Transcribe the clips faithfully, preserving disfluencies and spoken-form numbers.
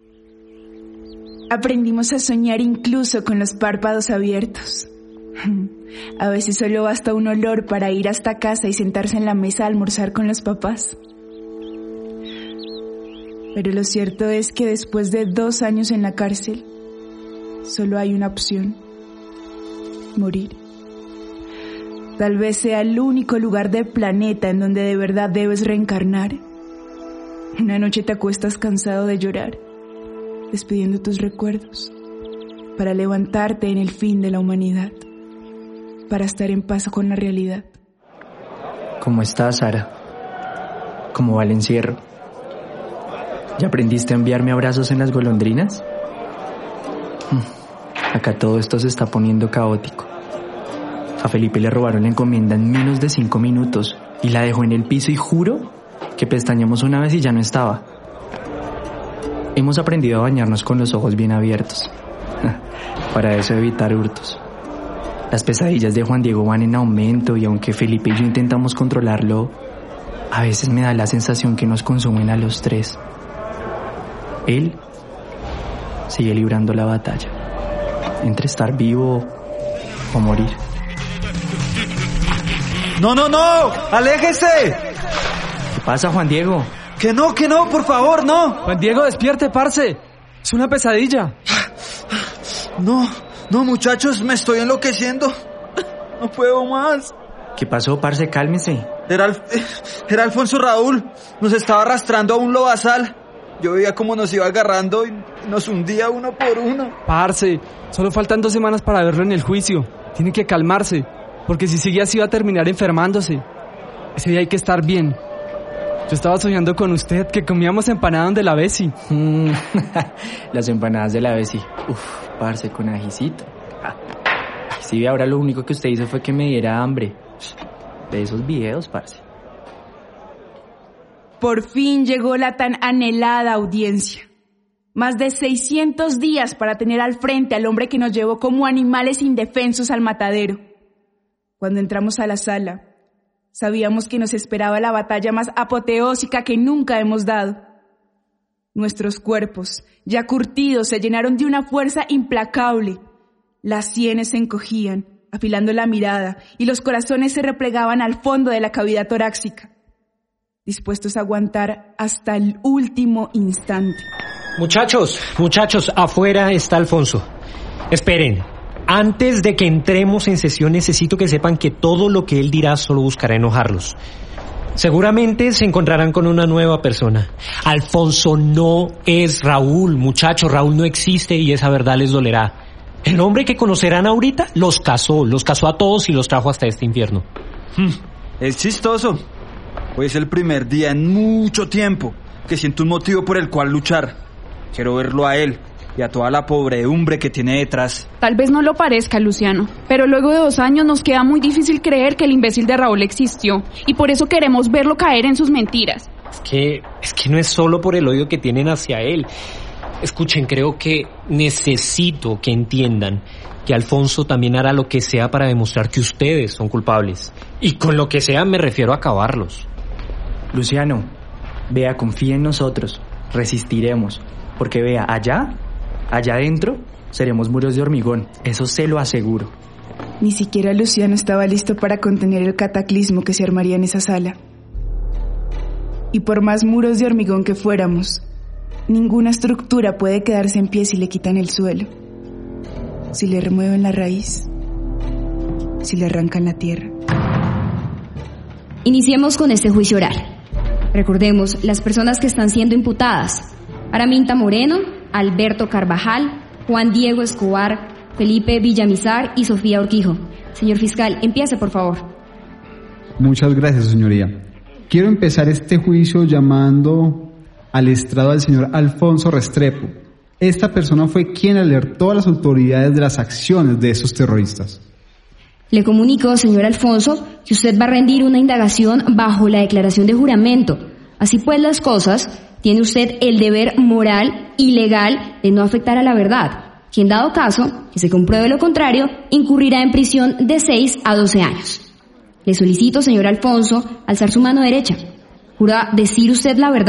Aprendimos a soñar incluso con los párpados abiertos. A veces solo basta un olor para ir hasta casa y sentarse en la mesa a almorzar con los papás. Pero lo cierto es que después de dos años en la cárcel, solo hay una opción: morir. Tal vez sea el único lugar del planeta en donde de verdad debes reencarnar. Una noche te acuestas cansado de llorar, despidiendo tus recuerdos, para levantarte en el fin de la humanidad, para estar en paz con la realidad. ¿Cómo estás, Sara? ¿Cómo va el encierro? ¿Ya aprendiste a enviarme abrazos en las golondrinas? Acá todo esto se está poniendo caótico. A Felipe le robaron la encomienda en menos de cinco minutos y la dejó en el piso y juro que pestañeamos una vez y ya no estaba. Hemos aprendido a bañarnos con los ojos bien abiertos, para eso evitar hurtos. Las pesadillas de Juan Diego van en aumento y aunque Felipe y yo intentamos controlarlo, a veces me da la sensación que nos consumen a los tres. Él sigue librando la batalla entre estar vivo o morir. ¡No, no, no! ¡Aléjese! ¿Qué pasa, Juan Diego? ¡Que no, que no! ¡Por favor, no! Juan Diego, despierte, parce. Es una pesadilla. No, no, muchachos, me estoy enloqueciendo. No puedo más. ¿Qué pasó, parce? Cálmese. Era, Al- era Alfonso Raúl. Nos estaba arrastrando a un lobazal. Yo veía cómo nos iba agarrando y nos hundía uno por uno. Parce, solo faltan dos semanas para verlo en el juicio. Tiene que calmarse, porque si sigue así va a terminar enfermándose. Ese día hay que estar bien. Yo estaba soñando con usted, que comíamos empanada donde la Bessie. Mm, las empanadas de la Bessie. Uf, parce, con ajicito. Ah. Sí, ahora lo único que usted hizo fue que me diera hambre. De esos videos, parce. Por fin llegó la tan anhelada audiencia. Más de seiscientos días para tener al frente al hombre que nos llevó como animales indefensos al matadero. Cuando entramos a la sala, sabíamos que nos esperaba la batalla más apoteósica que nunca hemos dado. Nuestros cuerpos, ya curtidos, se llenaron de una fuerza implacable. Las sienes se encogían, afilando la mirada, y los corazones se replegaban al fondo de la cavidad torácica, dispuestos a aguantar hasta el último instante. Muchachos, muchachos, afuera está Alfonso. Esperen, antes de que entremos en sesión necesito que sepan que todo lo que él dirá solo buscará enojarlos. Seguramente se encontrarán con una nueva persona. Alfonso no es Raúl, muchachos, Raúl no existe y esa verdad les dolerá. El hombre que conocerán ahorita los casó, los casó a todos y los trajo hasta este infierno. Es chistoso. Hoy es el primer día en mucho tiempo que siento un motivo por el cual luchar. Quiero verlo a él y a toda la podredumbre que tiene detrás. Tal vez no lo parezca, Luciano, pero luego de dos años nos queda muy difícil creer que el imbécil de Raúl existió y por eso queremos verlo caer en sus mentiras. Es que, es que no es solo por el odio que tienen hacia él. Escuchen, creo que necesito que entiendan que Alfonso también hará lo que sea para demostrar que ustedes son culpables. Y con lo que sea me refiero a acabarlos. Luciano, vea, confía en nosotros. Resistiremos. Porque vea, allá, allá adentro, seremos muros de hormigón. Eso se lo aseguro. Ni siquiera Luciano estaba listo para contener el cataclismo que se armaría en esa sala. Y por más muros de hormigón que fuéramos, ninguna estructura puede quedarse en pie si le quitan el suelo, si le remueven la raíz, si le arrancan la tierra. Iniciemos con este juicio oral. Recordemos las personas que están siendo imputadas: Araminta Moreno, Alberto Carvajal, Juan Diego Escobar, Felipe Villamizar y Sofía Urquijo. Señor fiscal, empiece, por favor. Muchas gracias, señoría. Quiero empezar este juicio llamando al estrado al señor Alfonso Restrepo. Esta persona fue quien alertó a las autoridades de las acciones de esos terroristas. Le comunico, señor Alfonso, que usted va a rendir una indagación bajo la declaración de juramento. Así pues las cosas, tiene usted el deber moral y legal de no afectar a la verdad, que en dado caso, que se compruebe lo contrario, incurrirá en prisión de seis a doce años. Le solicito, señor Alfonso, alzar su mano derecha. ¿Jura decir usted la verdad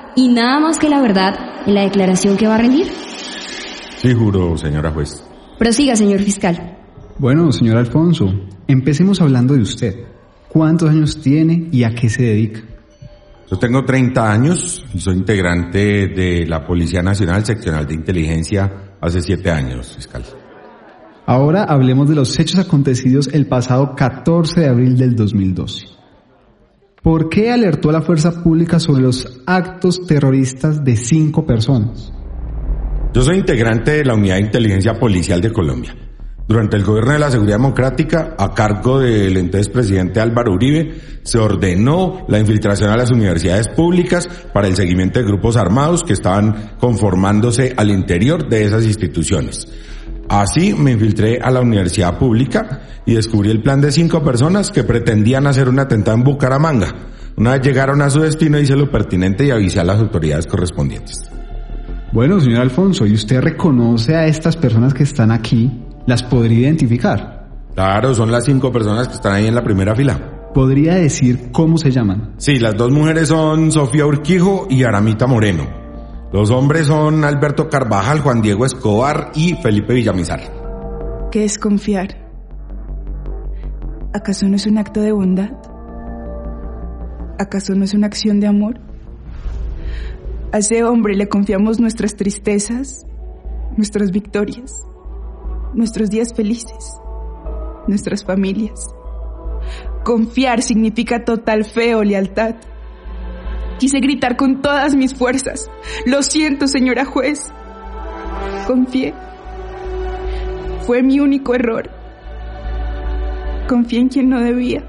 y nada más que la verdad en la declaración que va a rendir? Sí, juro, señora juez. Prosiga, señor fiscal. Bueno, señor Alfonso, empecemos hablando de usted. ¿Cuántos años tiene y a qué se dedica? Yo tengo treinta años y soy integrante de la Policía Nacional Seccional de Inteligencia hace siete años, fiscal. Ahora hablemos de los hechos acontecidos el pasado catorce de abril del dos mil doce. ¿Por qué alertó a la fuerza pública sobre los actos terroristas de cinco personas? Yo soy integrante de la Unidad de Inteligencia Policial de Colombia. Durante el gobierno de la Seguridad Democrática, a cargo del entonces presidente Álvaro Uribe, se ordenó la infiltración a las universidades públicas para el seguimiento de grupos armados que estaban conformándose al interior de esas instituciones. Así me infiltré a la universidad pública y descubrí el plan de cinco personas que pretendían hacer un atentado en Bucaramanga. Una vez llegaron a su destino, hice lo pertinente y avisé a las autoridades correspondientes. Bueno, señor Alfonso, ¿y usted reconoce a estas personas que están aquí? ¿Las podría identificar? Claro, son las cinco personas que están ahí en la primera fila. ¿Podría decir cómo se llaman? Sí, las dos mujeres son Sofía Urquijo y Aramita Moreno. Los hombres son Alberto Carvajal, Juan Diego Escobar y Felipe Villamizar. ¿Qué es confiar? ¿Acaso no es un acto de bondad? ¿Acaso no es una acción de amor? A ese hombre le confiamos nuestras tristezas, nuestras victorias, nuestros días felices, nuestras familias. Confiar significa total fe o lealtad. Quise gritar con todas mis fuerzas: lo siento, señora juez. Confié. Fue mi único error. Confié en quien no debía.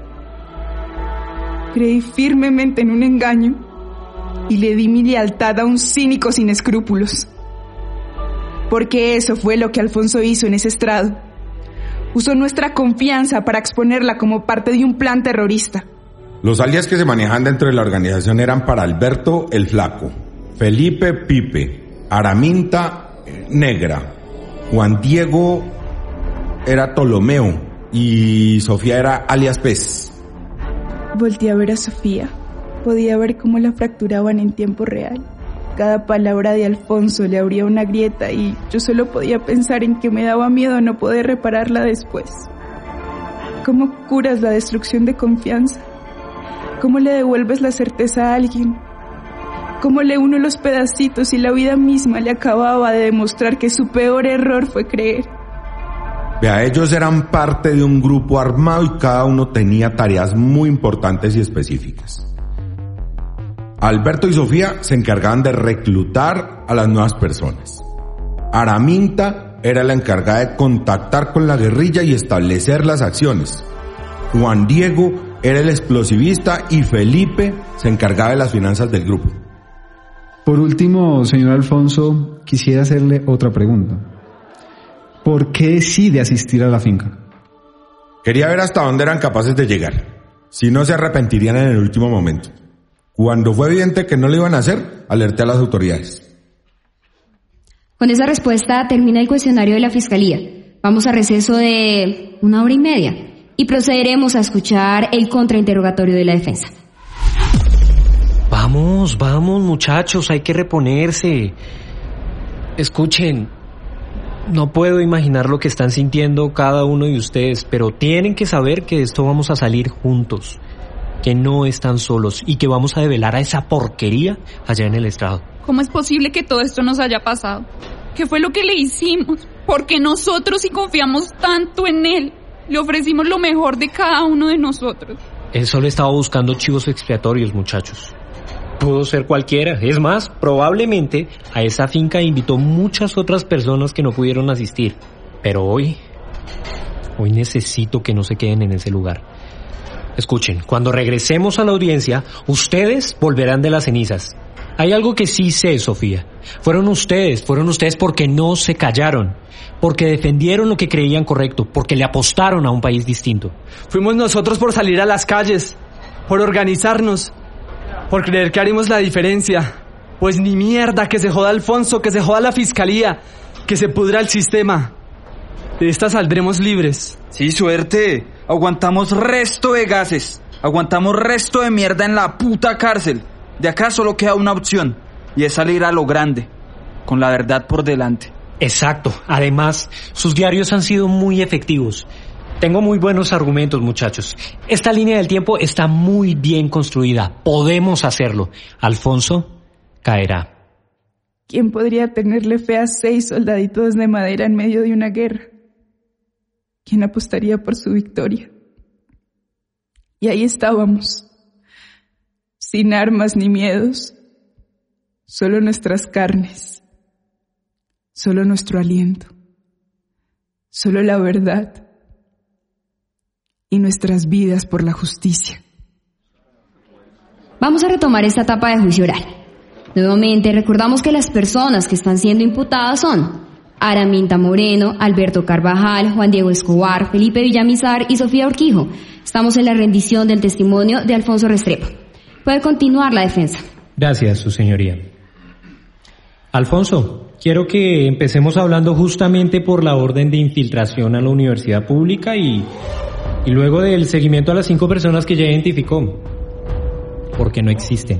Creí firmemente en un engaño y le di mi lealtad a un cínico sin escrúpulos. Porque eso fue lo que Alfonso hizo en ese estrado. Usó nuestra confianza para exponerla como parte de un plan terrorista. Los alias que se manejan dentro de la organización eran para Alberto el Flaco, Felipe Pipe, Araminta Negra, Juan Diego era Ptolomeo y Sofía era alias Pez. Volteé a ver a Sofía. Podía ver cómo la fracturaban en tiempo real. Cada palabra de Alfonso le abría una grieta y yo solo podía pensar en que me daba miedo no poder repararla después. ¿Cómo curas la destrucción de confianza? ¿Cómo le devuelves la certeza a alguien? ¿Cómo le uno los pedacitos y la vida misma le acababa de demostrar que su peor error fue creer? Vea, ellos eran parte de un grupo armado y cada uno tenía tareas muy importantes y específicas. Alberto y Sofía se encargaban de reclutar a las nuevas personas. Araminta era la encargada de contactar con la guerrilla y establecer las acciones. Juan Diego era el explosivista y Felipe se encargaba de las finanzas del grupo. Por último, señor Alfonso, quisiera hacerle otra pregunta. ¿Por qué decide asistir a la finca? Quería ver hasta dónde eran capaces de llegar, si no se arrepentirían en el último momento. Cuando fue evidente que no lo iban a hacer, alerté a las autoridades. Con esa respuesta termina el cuestionario de la Fiscalía. Vamos a receso de una hora y media y procederemos a escuchar el contrainterrogatorio de la defensa. Vamos, vamos, muchachos, hay que reponerse. Escuchen, no puedo imaginar lo que están sintiendo cada uno de ustedes, pero tienen que saber que de esto vamos a salir juntos, que no están solos y que vamos a develar a esa porquería allá en el estrado. ¿Cómo es posible que todo esto nos haya pasado? ¿Qué fue lo que le hicimos? Porque nosotros, si confiamos tanto en él, le ofrecimos lo mejor de cada uno de nosotros. Él solo estaba buscando chivos expiatorios, muchachos. Pudo ser cualquiera. Es más, probablemente a esa finca invitó muchas otras personas que no pudieron asistir. Pero hoy, hoy necesito que no se queden en ese lugar. Escuchen, cuando regresemos a la audiencia, ustedes volverán de las cenizas. Hay algo que sí sé, Sofía. Fueron ustedes, fueron ustedes porque no se callaron, porque defendieron lo que creían correcto, porque le apostaron a un país distinto. Fuimos nosotros por salir a las calles, por organizarnos, por creer que haríamos la diferencia. Pues ni mierda, que se joda Alfonso, que se joda la Fiscalía, que se pudra el sistema. De esta saldremos libres. Sí, suerte. Aguantamos resto de gases. Aguantamos resto de mierda en la puta cárcel. De acá solo queda una opción. y es salir a lo grande, con la verdad por delante. Exacto. Además, sus diarios han sido muy efectivos. Tengo muy buenos argumentos, muchachos. Esta línea del tiempo está muy bien construida. Podemos hacerlo. Alfonso caerá. ¿Quién podría tenerle fe a seis soldaditos de madera en medio de una guerra? ¿Quién apostaría por su victoria? Y ahí estábamos, sin armas ni miedos, solo nuestras carnes, solo nuestro aliento, solo la verdad y nuestras vidas por la justicia. Vamos a retomar esta etapa de juicio oral. Nuevamente recordamos que las personas que están siendo imputadas son Araminta Moreno, Alberto Carvajal, Juan Diego Escobar, Felipe Villamizar y Sofía Urquijo. Estamos en la rendición del testimonio de Alfonso Restrepo. Puede continuar la defensa. Gracias, su señoría. Alfonso, quiero que empecemos hablando justamente por la orden de infiltración a la universidad pública y, y luego del seguimiento a las cinco personas que ya identificó. Porque no existen.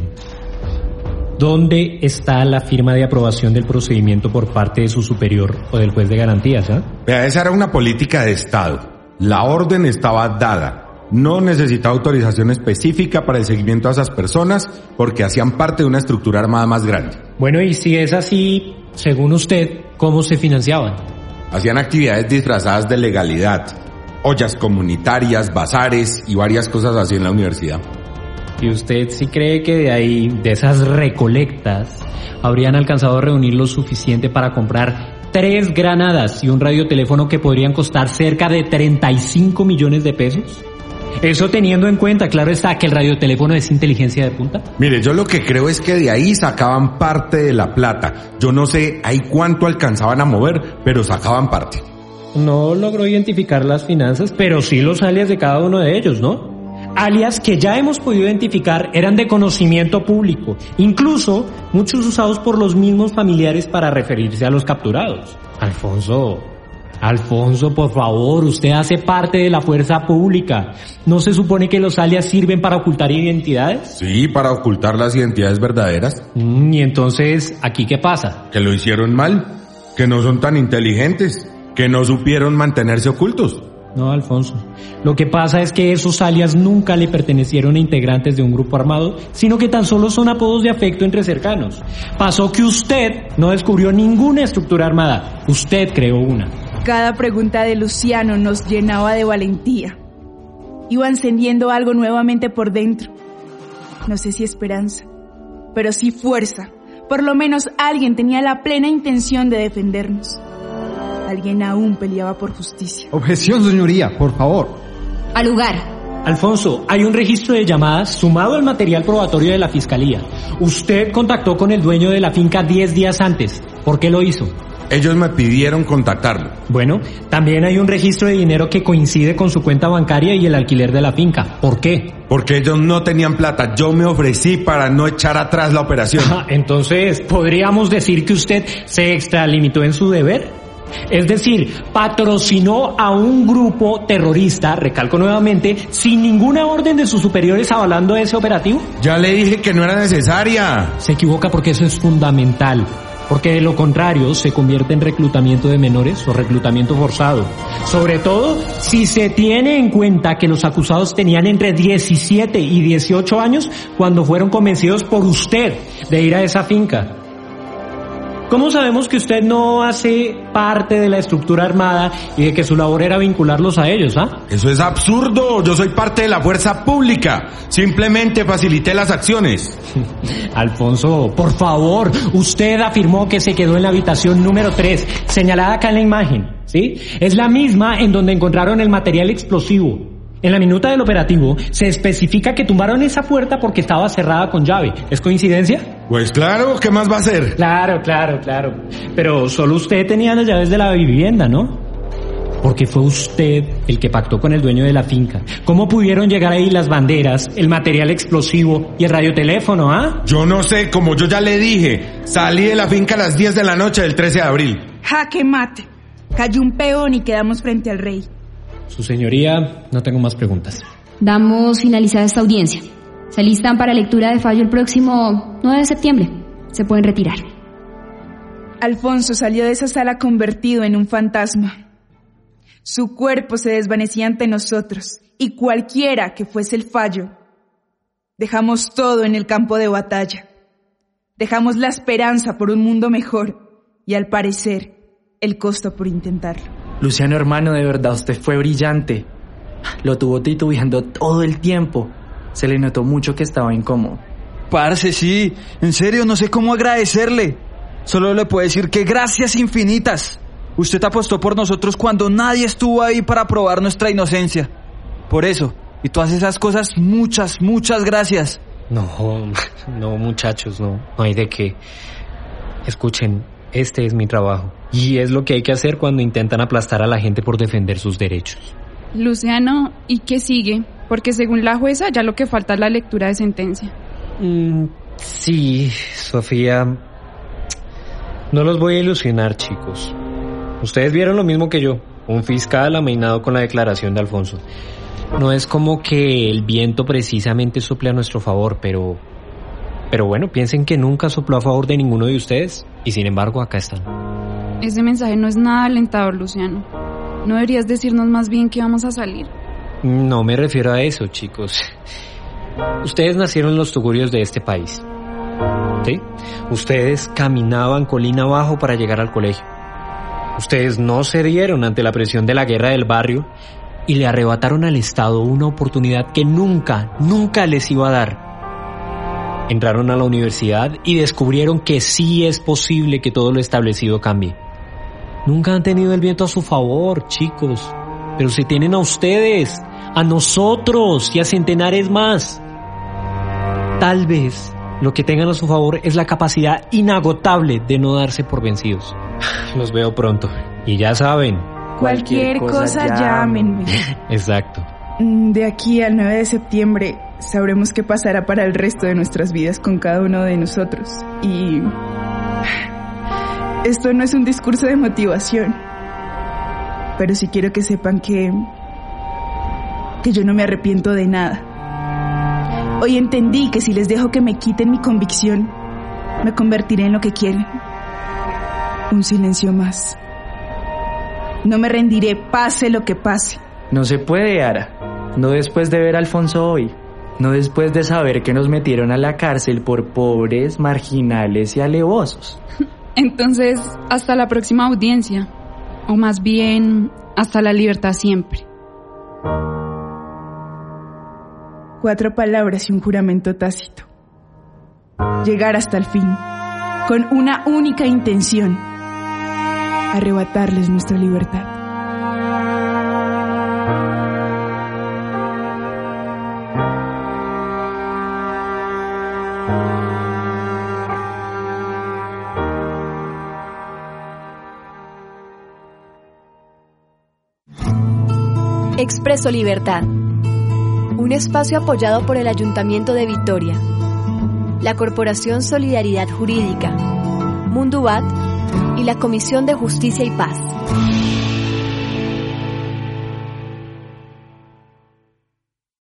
¿Dónde está la firma de aprobación del procedimiento por parte de su superior o del juez de garantías? ¿eh? Vea, esa era una política de Estado. La orden estaba dada. No necesitaba autorización específica para el seguimiento a esas personas porque hacían parte de una estructura armada más grande. Bueno, y si es así, según usted, ¿cómo se financiaban? Hacían actividades disfrazadas de legalidad. Ollas comunitarias, bazares y varias cosas así en la universidad. ¿Y usted sí cree que de ahí, de esas recolectas, habrían alcanzado a reunir lo suficiente para comprar tres granadas y un radioteléfono que podrían costar cerca de treinta y cinco millones de pesos? Eso teniendo en cuenta, claro está, que el radioteléfono es inteligencia de punta. Mire, yo lo que creo es que de ahí sacaban parte de la plata. Yo no sé ahí cuánto alcanzaban a mover, pero sacaban parte. No logró identificar las finanzas, pero sí los alias de cada uno de ellos, ¿no? Alias que ya hemos podido identificar eran de conocimiento público, incluso muchos usados por los mismos familiares para referirse a los capturados. Alfonso, Alfonso, por favor, usted hace parte de la fuerza pública. ¿No se supone que los alias sirven para ocultar identidades? Sí, para ocultar las identidades verdaderas. Mm, y entonces, ¿aquí qué pasa? Que lo hicieron mal, que no son tan inteligentes, que no supieron mantenerse ocultos. No, Alfonso. Lo que pasa es que esos alias nunca le pertenecieron a integrantes de un grupo armado, sino que tan solo son apodos de afecto entre cercanos. Pasó que usted no descubrió ninguna estructura armada. Usted creó una. Cada pregunta de Luciano nos llenaba de valentía. Iba encendiendo algo nuevamente por dentro. No sé si esperanza, pero sí fuerza. Por lo menos alguien tenía la plena intención de defendernos. Alguien aún peleaba por justicia. Objeción, señoría, por favor. Al lugar. Alfonso, hay un registro de llamadas sumado al material probatorio de la Fiscalía. Usted contactó con el dueño de la finca diez días antes. ¿Por qué lo hizo? Ellos me pidieron contactarlo. Bueno, también hay un registro de dinero que coincide con su cuenta bancaria y el alquiler de la finca. ¿Por qué? Porque ellos no tenían plata. Yo me ofrecí para no echar atrás la operación. Ah, entonces, ¿podríamos decir que usted se extralimitó en su deber? Es decir, patrocinó a un grupo terrorista, recalco nuevamente, sin ninguna orden de sus superiores avalando ese operativo. Ya le dije que no era necesaria. Se equivoca porque eso es fundamental. Porque de lo contrario se convierte en reclutamiento de menores o reclutamiento forzado. Sobre todo si se tiene en cuenta que los acusados tenían entre diecisiete y dieciocho años cuando fueron convencidos por usted de ir a esa finca. ¿Cómo sabemos que usted no hace parte de la estructura armada y de que su labor era vincularlos a ellos, ah? Eso es absurdo. Yo soy parte de la fuerza pública. Simplemente facilité las acciones. Alfonso, por favor, usted afirmó que se quedó en la habitación número tres, señalada acá en la imagen, ¿sí? Es la misma en donde encontraron el material explosivo. En la minuta del operativo se especifica que tumbaron esa puerta porque estaba cerrada con llave. ¿Es coincidencia? Pues claro, ¿qué más va a ser? Claro, claro, claro. Pero solo usted tenía las llaves de la vivienda, ¿no? Porque fue usted el que pactó con el dueño de la finca. ¿Cómo pudieron llegar ahí las banderas, el material explosivo y el radioteléfono, ah? Yo no sé, como yo ya le dije, salí de la finca a las diez de la noche del trece de abril. Jaque mate. Cayó un peón y quedamos frente al rey. Su señoría, no tengo más preguntas. Damos finalizada esta audiencia. Se alistan para lectura de fallo el próximo nueve de septiembre. Se pueden retirar. Alfonso salió de esa sala convertido en un fantasma. Su cuerpo se desvanecía ante nosotros, y cualquiera que fuese el fallo, dejamos todo en el campo de batalla. Dejamos la esperanza por un mundo mejor, y al parecer, el costo por intentarlo. Luciano, hermano, de verdad usted fue brillante. Lo tuvo titubeando todo el tiempo. Se le notó mucho que estaba incómodo. Parce, sí, en serio, no sé cómo agradecerle. Solo le puedo decir que gracias infinitas. Usted apostó por nosotros cuando nadie estuvo ahí para probar nuestra inocencia. Por eso, y todas esas cosas, muchas, muchas gracias. No, no, muchachos, no, no hay de qué. Escuchen, este es mi trabajo. Y es lo que hay que hacer cuando intentan aplastar a la gente por defender sus derechos. Luciano, ¿y qué sigue? Porque según la jueza ya lo que falta es la lectura de sentencia. Mm, sí, Sofía. No los voy a ilusionar, chicos. Ustedes vieron lo mismo que yo. Un fiscal amainado con la declaración de Alfonso. No es como que el viento precisamente sople a nuestro favor, pero... Pero bueno, piensen que nunca sopló a favor de ninguno de ustedes. Y sin embargo, acá están. Ese mensaje no es nada alentador, Luciano. ¿No deberías decirnos más bien que vamos a salir? No me refiero a eso, chicos. Ustedes nacieron en los tugurios de este país. ¿Sí? Ustedes caminaban colina abajo para llegar al colegio. Ustedes no cedieron ante la presión de la guerra del barrio y le arrebataron al Estado una oportunidad que nunca, nunca les iba a dar. Entraron a la universidad y descubrieron que sí es posible que todo lo establecido cambie. Nunca han tenido el viento a su favor, chicos, pero se tienen a ustedes, a nosotros y a centenares más. Tal vez lo que tengan a su favor es la capacidad inagotable de no darse por vencidos. Los veo pronto. Y ya saben. Cualquier, Cualquier cosa, cosa llámenme. Exacto. De aquí al nueve de septiembre sabremos qué pasará para el resto de nuestras vidas con cada uno de nosotros. Y... esto no es un discurso de motivación. Pero sí quiero que sepan que... que yo no me arrepiento de nada. Hoy entendí que si les dejo que me quiten mi convicción, me convertiré en lo que quieren. Un silencio más. No me rendiré, pase lo que pase. No se puede, Ara. No después de ver a Alfonso hoy. No después de saber que nos metieron a la cárcel por pobres, marginales y alevosos. Entonces, hasta la próxima audiencia. O más bien, hasta la libertad siempre. Cuatro palabras y un juramento tácito. Llegar hasta el fin, con una única intención: arrebatarles nuestra libertad. Expreso Libertad, un espacio apoyado por el Ayuntamiento de Vitoria, la Corporación Solidaridad Jurídica, Mundubat y la Comisión de Justicia y Paz.